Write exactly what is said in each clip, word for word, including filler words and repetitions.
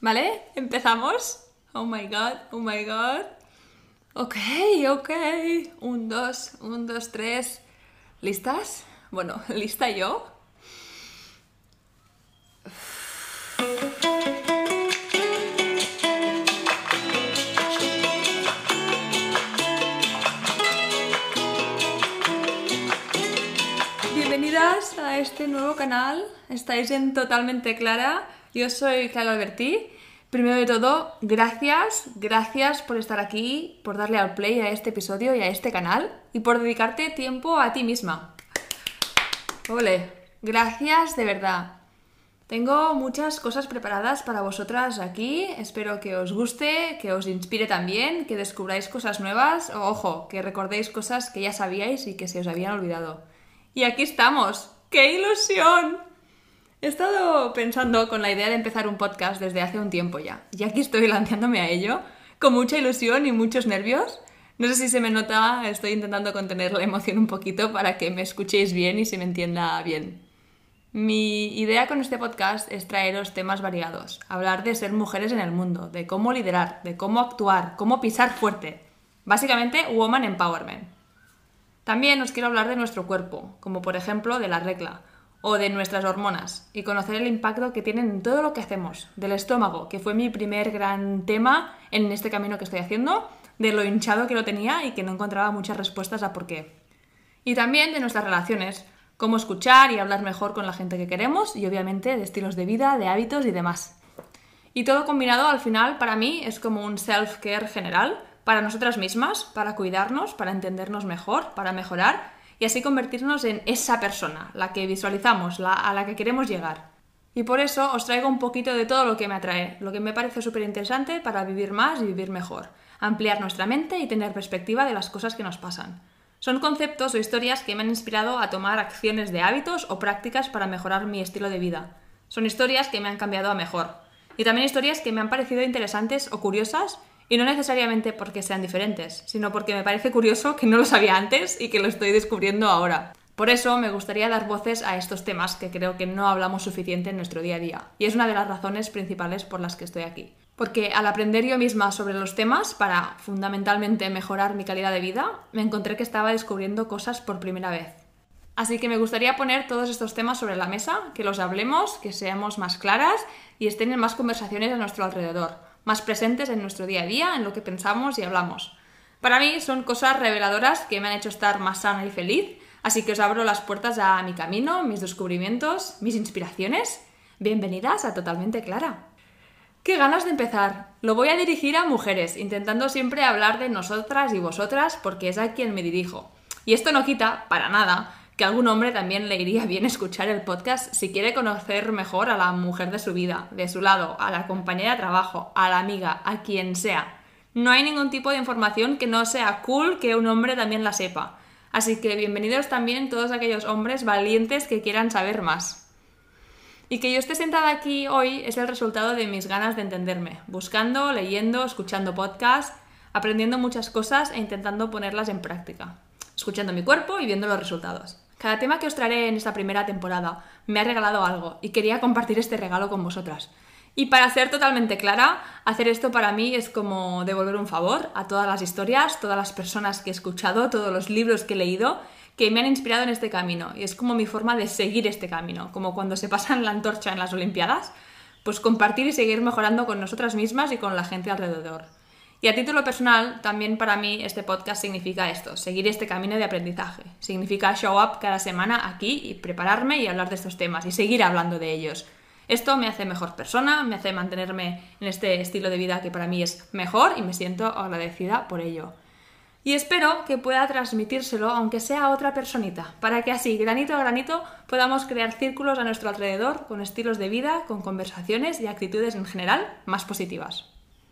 ¿Vale? ¿Empezamos? Oh my god, oh my god. Ok, ok. Un, dos, un, dos, tres. ¿Listas? Bueno, ¿lista yo? Bienvenidas a este nuevo canal. Estáis en Totalmente Clara. Yo soy Clara Albertí. Primero de todo, gracias, gracias por estar aquí, por darle al play a este episodio y a este canal y por dedicarte tiempo a ti misma. Ole, gracias de verdad. Tengo muchas cosas preparadas para vosotras aquí. Espero que os guste, que os inspire también, que descubráis cosas nuevas o, ojo, que recordéis cosas que ya sabíais y que se os habían olvidado. Y aquí estamos. ¡Qué ilusión! He estado pensando con la idea de empezar un podcast desde hace un tiempo ya. Y aquí estoy lanzándome a ello, con mucha ilusión y muchos nervios. No sé si se me nota, estoy intentando contener la emoción un poquito para que me escuchéis bien y se me entienda bien. Mi idea con este podcast es traeros temas variados, hablar de ser mujeres en el mundo, de cómo liderar, de cómo actuar, cómo pisar fuerte. Básicamente, Woman Empowerment. También os quiero hablar de nuestro cuerpo, como por ejemplo de la regla, o de nuestras hormonas, y conocer el impacto que tienen en todo lo que hacemos, del estómago, que fue mi primer gran tema en este camino que estoy haciendo, de lo hinchado que lo tenía y que no encontraba muchas respuestas a por qué. Y también de nuestras relaciones, cómo escuchar y hablar mejor con la gente que queremos, y obviamente de estilos de vida, de hábitos y demás. Y todo combinado al final para mí es como un self-care general, para nosotras mismas, para cuidarnos, para entendernos mejor, para mejorar y así convertirnos en esa persona, la que visualizamos, la, a la que queremos llegar. Y por eso os traigo un poquito de todo lo que me atrae, lo que me parece súper interesante para vivir más y vivir mejor, ampliar nuestra mente y tener perspectiva de las cosas que nos pasan. Son conceptos o historias que me han inspirado a tomar acciones de hábitos o prácticas para mejorar mi estilo de vida. Son historias que me han cambiado a mejor. Y también historias que me han parecido interesantes o curiosas. Y no necesariamente porque sean diferentes, sino porque me parece curioso que no lo sabía antes y que lo estoy descubriendo ahora. Por eso me gustaría dar voces a estos temas que creo que no hablamos suficiente en nuestro día a día. Y es una de las razones principales por las que estoy aquí. Porque al aprender yo misma sobre los temas para fundamentalmente mejorar mi calidad de vida, me encontré que estaba descubriendo cosas por primera vez. Así que me gustaría poner todos estos temas sobre la mesa, que los hablemos, que seamos más claras y estén en más conversaciones a nuestro alrededor, más presentes en nuestro día a día, en lo que pensamos y hablamos. Para mí son cosas reveladoras que me han hecho estar más sana y feliz, así que os abro las puertas a mi camino, mis descubrimientos, mis inspiraciones. Bienvenidas a Totalmente Clara. ¡Qué ganas de empezar! Lo voy a dirigir a mujeres, intentando siempre hablar de nosotras y vosotras porque es a quien me dirijo. Y esto no quita, para nada, que a algún hombre también le iría bien escuchar el podcast si quiere conocer mejor a la mujer de su vida, de su lado, a la compañera de trabajo, a la amiga, a quien sea. No hay ningún tipo de información que no sea cool que un hombre también la sepa. Así que bienvenidos también todos aquellos hombres valientes que quieran saber más. Y que yo esté sentada aquí hoy es el resultado de mis ganas de entenderme, buscando, leyendo, escuchando podcasts, aprendiendo muchas cosas e intentando ponerlas en práctica, escuchando mi cuerpo y viendo los resultados. Cada tema que os traeré en esta primera temporada me ha regalado algo y quería compartir este regalo con vosotras. Y para ser totalmente clara, hacer esto para mí es como devolver un favor a todas las historias, todas las personas que he escuchado, todos los libros que he leído, que me han inspirado en este camino. Y es como mi forma de seguir este camino, como cuando se pasan la antorcha en las Olimpiadas, pues compartir y seguir mejorando con nosotras mismas y con la gente alrededor. Y a título personal, también para mí este podcast significa esto, seguir este camino de aprendizaje. Significa show up cada semana aquí y prepararme y hablar de estos temas y seguir hablando de ellos. Esto me hace mejor persona, me hace mantenerme en este estilo de vida que para mí es mejor y me siento agradecida por ello. Y espero que pueda transmitírselo, aunque sea a otra personita, para que así, granito a granito, podamos crear círculos a nuestro alrededor con estilos de vida, con conversaciones y actitudes en general más positivas.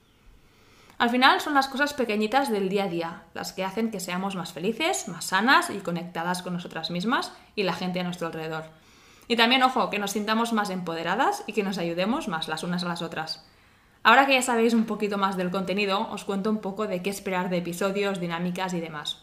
Al final son las cosas pequeñitas del día a día, las que hacen que seamos más felices, más sanas y conectadas con nosotras mismas y la gente a nuestro alrededor. Y también, ojo, que nos sintamos más empoderadas y que nos ayudemos más las unas a las otras. Ahora que ya sabéis un poquito más del contenido, os cuento un poco de qué esperar de episodios, dinámicas y demás.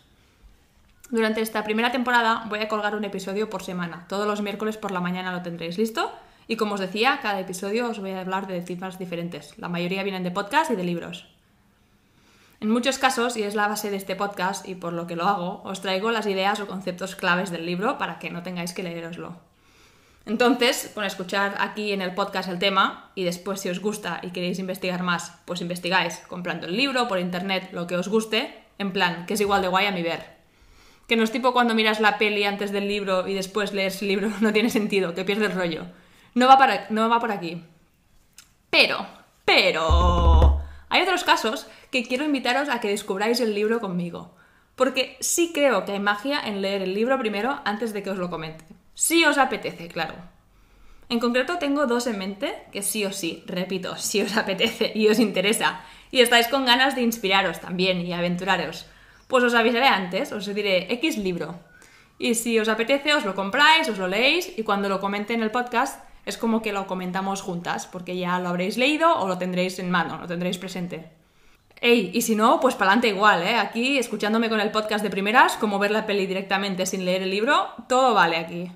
Durante esta primera temporada voy a colgar un episodio por semana. Todos los miércoles por la mañana lo tendréis listo Y como os decía, cada episodio os voy a hablar de temas diferentes. La mayoría vienen de podcast y de libros. En muchos casos, y es la base de este podcast y por lo que lo hago, os traigo las ideas o conceptos claves del libro para que no tengáis que leeroslo. Entonces, con escuchar aquí en el podcast el tema y después si os gusta y queréis investigar más, pues investigáis comprando el libro, por internet, lo que os guste, en plan, que es igual de guay a mi ver. Que no es tipo cuando miras la peli antes del libro y después lees el libro, no tiene sentido, que pierde el rollo. No va, para, no va por aquí. Pero, pero... hay otros casos que quiero invitaros a que descubráis el libro conmigo. Porque sí creo que hay magia en leer el libro primero antes de que os lo comente. Si os apetece, claro. En concreto tengo dos en mente que sí o sí, repito, si os apetece y os interesa y estáis con ganas de inspiraros también y aventuraros, pues os avisaré antes, os diré X libro. Y si os apetece, os lo compráis, os lo leéis y cuando lo comente en el podcast es como que lo comentamos juntas, porque ya lo habréis leído o lo tendréis en mano, lo tendréis presente. Ey, y si no, pues pa'lante igual, ¿eh? Aquí, escuchándome con el podcast de primeras, como ver la peli directamente sin leer el libro, todo vale aquí.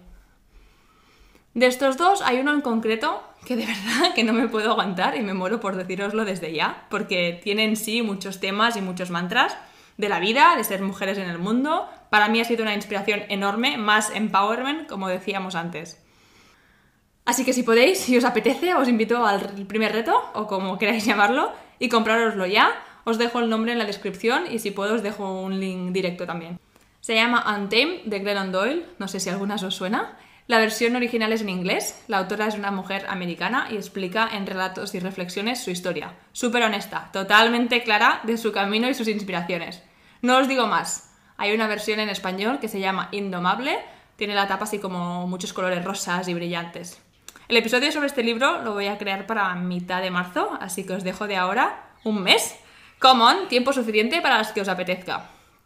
De estos dos hay uno en concreto que de verdad que no me puedo aguantar y me muero por decíroslo desde ya, porque tiene en sí muchos temas y muchos mantras de la vida, de ser mujeres en el mundo. Para mí ha sido una inspiración enorme, más empowerment, como decíamos antes. Así que si podéis, si os apetece, os invito al primer reto, o como queráis llamarlo, y comprároslo ya. Os dejo el nombre en la descripción y si puedo os dejo un link directo también. Se llama Untamed, de Glennon Doyle, no sé si alguna os suena. La versión original es en inglés, la autora es una mujer americana y explica en relatos y reflexiones su historia. Súper honesta, totalmente clara de su camino y sus inspiraciones. No os digo más, hay una versión en español que se llama Indomable, tiene la tapa así como muchos colores rosas y brillantes. El episodio sobre este libro lo voy a crear para mitad de marzo, así que os dejo de ahora un mes. Come on, tiempo suficiente para los que os apetezca.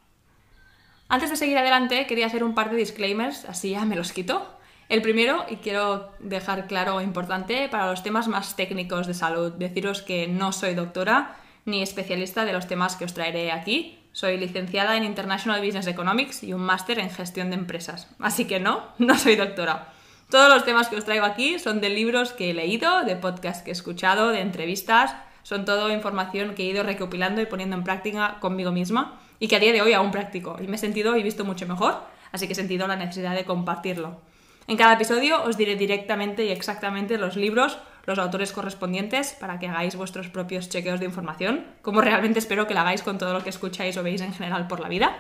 Antes de seguir adelante, quería hacer un par de disclaimers, así ya me los quito. El primero, y quiero dejar claro o importante, para los temas más técnicos de salud, deciros que no soy doctora ni especialista de los temas que os traeré aquí. Soy licenciada en International Business Economics y un máster en gestión de empresas. Así que no, no soy doctora. Todos los temas que os traigo aquí son de libros que he leído, de podcasts que he escuchado, de entrevistas. Son todo información que he ido recopilando y poniendo en práctica conmigo misma y que a día de hoy aún practico. Y me he sentido y visto mucho mejor, así que he sentido la necesidad de compartirlo. En cada episodio os diré directamente y exactamente los libros, los autores correspondientes para que hagáis vuestros propios chequeos de información, como realmente espero que lo hagáis con todo lo que escucháis o veis en general por la vida.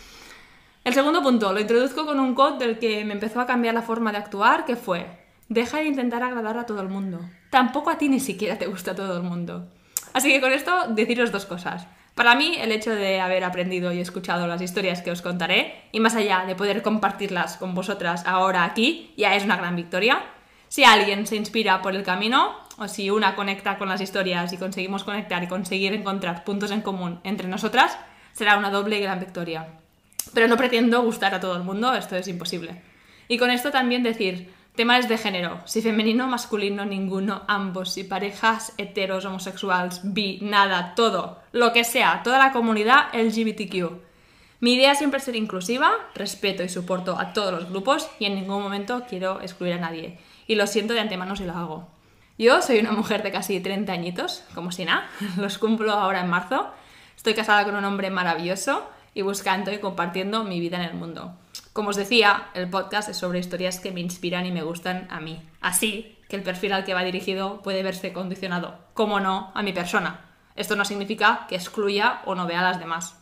El segundo punto lo introduzco con un quote del que me empezó a cambiar la forma de actuar, que fue: deja de intentar agradar a todo el mundo. Tampoco a ti ni siquiera te gusta todo el mundo. Así que con esto deciros dos cosas. Para mí, el hecho de haber aprendido y escuchado las historias que os contaré, y más allá de poder compartirlas con vosotras ahora aquí, ya es una gran victoria. Si alguien se inspira por el camino, o si una conecta con las historias y conseguimos conectar y conseguir encontrar puntos en común entre nosotras, será una doble y gran victoria. Pero no pretendo gustar a todo el mundo, esto es imposible. Y con esto también decir, temas de género, si femenino, masculino, ninguno, ambos, si parejas, heteros, homosexuales, bi, nada, todo, lo que sea, toda la comunidad L G B T Q. Mi idea siempre es ser inclusiva, respeto y soporto a todos los grupos y en ningún momento quiero excluir a nadie. Y lo siento de antemano si lo hago. Yo soy una mujer de casi treinta añitos, como si nada, los cumplo ahora en marzo. Estoy casada con un hombre maravilloso y buscando y compartiendo mi vida en el mundo. Como os decía, el podcast es sobre historias que me inspiran y me gustan a mí. Así que el perfil al que va dirigido puede verse condicionado, como no, a mi persona. Esto no significa que excluya o no vea a las demás.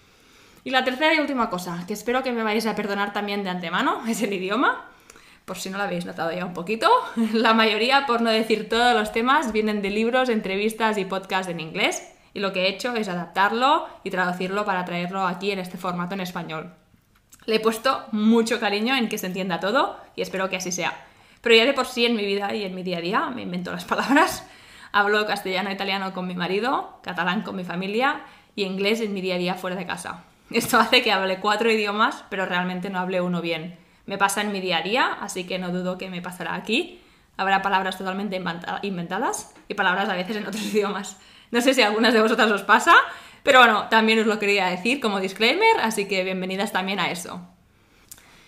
Y la tercera y última cosa, que espero que me vayáis a perdonar también de antemano, es el idioma. Por si no lo habéis notado ya un poquito, la mayoría, por no decir todos los temas, vienen de libros, entrevistas y podcasts en inglés. Y lo que he hecho es adaptarlo y traducirlo para traerlo aquí en este formato en español. Le he puesto mucho cariño en que se entienda todo y espero que así sea. Pero ya de por sí en mi vida y en mi día a día me invento las palabras. Hablo castellano e italiano con mi marido, catalán con mi familia y inglés en mi día a día fuera de casa. Esto hace que hable cuatro idiomas, pero realmente no hable uno bien. Me pasa en mi día a día, así que no dudo que me pasará aquí. Habrá palabras totalmente inventadas y palabras a veces en otros idiomas. No sé si a algunas de vosotras os pasa, pero bueno, también os lo quería decir como disclaimer, así que bienvenidas también a eso.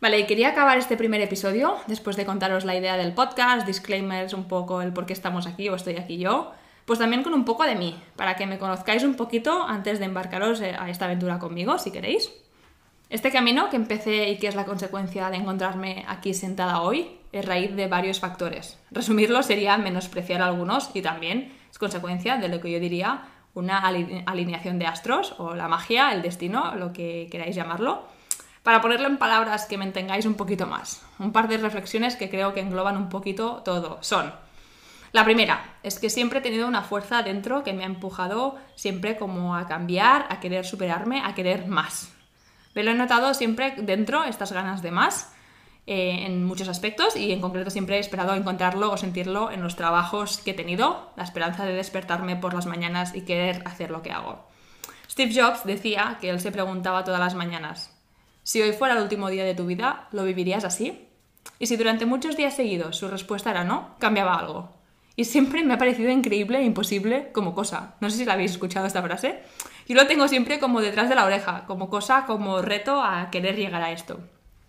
Vale, y quería acabar este primer episodio, después de contaros la idea del podcast, disclaimers, un poco el por qué estamos aquí o estoy aquí yo, pues también con un poco de mí, para que me conozcáis un poquito antes de embarcaros a esta aventura conmigo, si queréis. Este camino que empecé y que es la consecuencia de encontrarme aquí sentada hoy es raíz de varios factores. Resumirlo sería menospreciar a algunos y también es consecuencia de lo que yo diría una alineación de astros o la magia, el destino, lo que queráis llamarlo. Para ponerlo en palabras que me entengáis un poquito más. Un par de reflexiones que creo que engloban un poquito todo. Son: la primera es que siempre he tenido una fuerza dentro que me ha empujado siempre como a cambiar, a querer superarme, a querer más. Me lo he notado siempre dentro, estas ganas de más, eh, en muchos aspectos, y en concreto siempre he esperado encontrarlo o sentirlo en los trabajos que he tenido, la esperanza de despertarme por las mañanas y querer hacer lo que hago. Steve Jobs decía que él se preguntaba todas las mañanas: si hoy fuera el último día de tu vida, ¿lo vivirías así? Y si durante muchos días seguidos su respuesta era no, cambiaba algo. Y siempre me ha parecido increíble e imposible como cosa. No sé si la habéis escuchado esta frase. Yo lo tengo siempre como detrás de la oreja, como cosa, como reto a querer llegar a esto.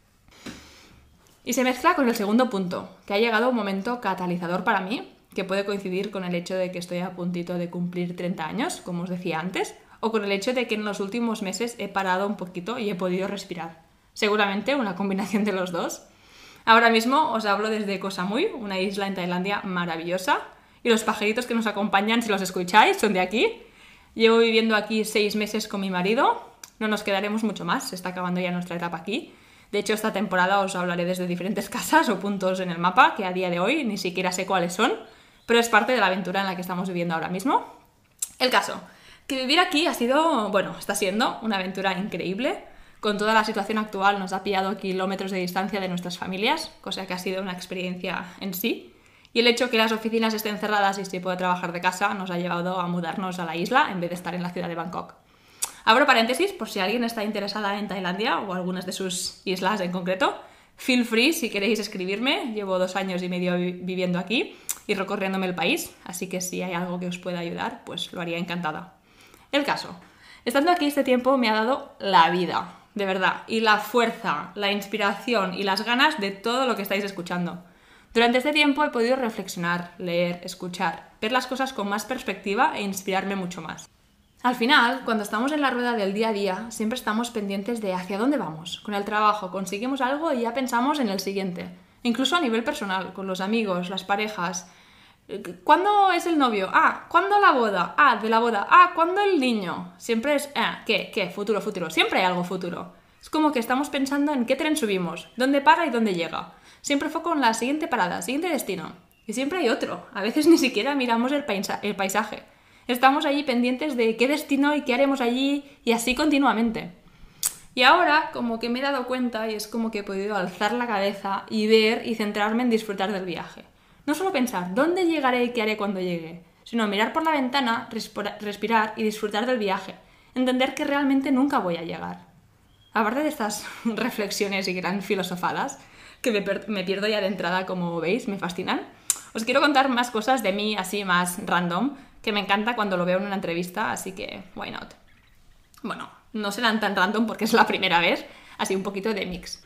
Y se mezcla con el segundo punto, que ha llegado un momento catalizador para mí, que puede coincidir con el hecho de que estoy a puntito de cumplir treinta años, como os decía antes, o con el hecho de que en los últimos meses he parado un poquito y he podido respirar. Seguramente una combinación de los dos. Ahora mismo os hablo desde Koh Samui, una isla en Tailandia maravillosa, y los pajaritos que nos acompañan, si los escucháis, son de aquí. Llevo viviendo aquí seis meses con mi marido, no nos quedaremos mucho más, se está acabando ya nuestra etapa aquí. De hecho, esta temporada os hablaré desde diferentes casas o puntos en el mapa, que a día de hoy ni siquiera sé cuáles son, pero es parte de la aventura en la que estamos viviendo ahora mismo. El caso, que vivir aquí ha sido, bueno, está siendo una aventura increíble. Con toda la situación actual nos ha pillado a kilómetros de distancia de nuestras familias, cosa que ha sido una experiencia en sí. Y el hecho que las oficinas estén cerradas y se pueda trabajar de casa nos ha llevado a mudarnos a la isla en vez de estar en la ciudad de Bangkok. Abro paréntesis por si alguien está interesada en Tailandia o algunas de sus islas en concreto. Feel free si queréis escribirme. Llevo dos años y medio viviendo aquí y recorriéndome el país, así que si hay algo que os pueda ayudar, pues lo haría encantada. El caso, estando aquí este tiempo me ha dado la vida, de verdad, y la fuerza, la inspiración y las ganas de todo lo que estáis escuchando. Durante este tiempo he podido reflexionar, leer, escuchar, ver las cosas con más perspectiva e inspirarme mucho más. Al final, cuando estamos en la rueda del día a día, siempre estamos pendientes de hacia dónde vamos. Con el trabajo conseguimos algo y ya pensamos en el siguiente. Incluso a nivel personal, con los amigos, las parejas. ¿Cuándo es el novio? Ah, ¿cuándo la boda? Ah, de la boda. Ah, ¿cuándo el niño? Siempre es, ah, ¿qué? ¿Qué? Futuro, futuro. Siempre hay algo futuro. Es como que estamos pensando en qué tren subimos, dónde para y dónde llega. Siempre foco en la siguiente parada, siguiente destino. Y siempre hay otro. A veces ni siquiera miramos el, paisa- el paisaje. Estamos allí pendientes de qué destino y qué haremos allí y así continuamente. Y ahora como que me he dado cuenta y es como que he podido alzar la cabeza y ver y centrarme en disfrutar del viaje. No solo pensar dónde llegaré y qué haré cuando llegue, sino mirar por la ventana, respirar y disfrutar del viaje. Entender que realmente nunca voy a llegar. Aparte de estas reflexiones y gran filosofadas, que me, per- me pierdo ya de entrada, como veis, me fascinan, os quiero contar más cosas de mí así más random, que me encanta cuando lo veo en una entrevista, así que why not. Bueno, no serán tan random porque es la primera vez, así un poquito de mix.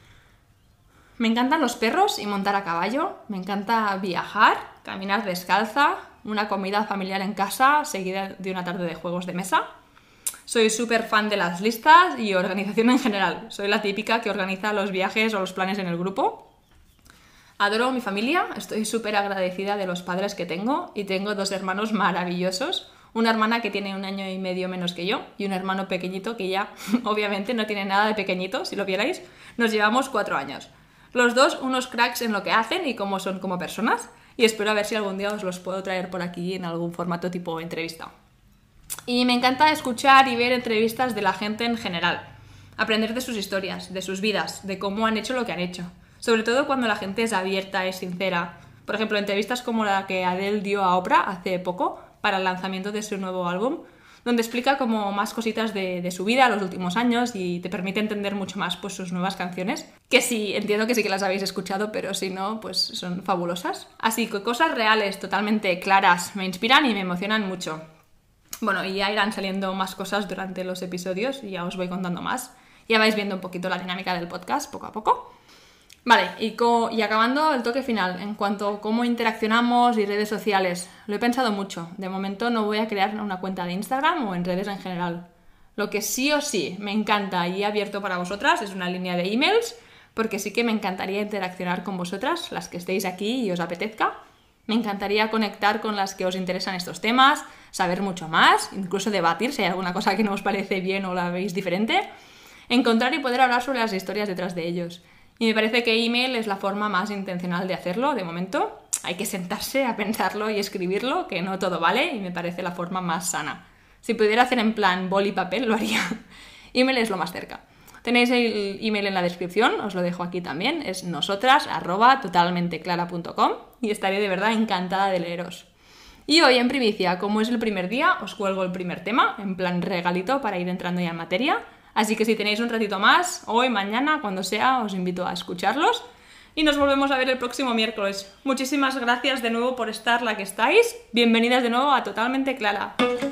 Me encantan los perros y montar a caballo, me encanta viajar, caminar descalza, una comida familiar en casa seguida de una tarde de juegos de mesa. Soy súper fan de las listas y organización en general. Soy la típica que organiza los viajes o los planes en el grupo. Adoro a mi familia, estoy súper agradecida de los padres que tengo y tengo dos hermanos maravillosos. Una hermana que tiene un año y medio menos que yo y un hermano pequeñito que ya obviamente no tiene nada de pequeñito, si lo vierais. Nos llevamos cuatro años. Los dos unos cracks en lo que hacen y cómo son como personas y espero a ver si algún día os los puedo traer por aquí en algún formato tipo entrevista. Y me encanta escuchar y ver entrevistas de la gente en general, aprender de sus historias, de sus vidas, de cómo han hecho lo que han hecho. Sobre todo cuando la gente es abierta, es sincera. Por ejemplo, entrevistas como la que Adele dio a Oprah hace poco para el lanzamiento de su nuevo álbum, donde explica como más cositas de, de su vida, los últimos años, y te permite entender mucho más pues, sus nuevas canciones, que sí, entiendo que sí que las habéis escuchado, pero si no, pues son fabulosas. Así que cosas reales, totalmente claras, me inspiran y me emocionan mucho. Bueno, y ya irán saliendo más cosas durante los episodios y ya os voy contando más. Ya vais viendo un poquito la dinámica del podcast poco a poco. Vale, y, co y acabando el toque final, en cuanto a cómo interaccionamos y redes sociales, lo he pensado mucho. De momento no voy a crear una cuenta de Instagram o en redes en general. Lo que sí o sí me encanta y he abierto para vosotras es una línea de emails, porque sí que me encantaría interaccionar con vosotras, las que estéis aquí y os apetezca. Me encantaría conectar con las que os interesan estos temas, saber mucho más, incluso debatir si hay alguna cosa que no os parece bien o la veis diferente, encontrar y poder hablar sobre las historias detrás de ellos. Y me parece que email es la forma más intencional de hacerlo, de momento. Hay que sentarse a pensarlo y escribirlo, que no todo vale, y me parece la forma más sana. Si pudiera hacer en plan boli y papel, lo haría. Email es lo más cerca. Tenéis el email en la descripción, os lo dejo aquí también, es nosotras arroba totalmenteclara punto com y estaré de verdad encantada de leeros. Y hoy en primicia, como es el primer día, os cuelgo el primer tema, en plan regalito para ir entrando ya en materia. Así que si tenéis un ratito más, hoy, mañana, cuando sea, os invito a escucharlos. Y nos volvemos a ver el próximo miércoles. Muchísimas gracias de nuevo por estar la que estáis. Bienvenidas de nuevo a Totalmente Clara.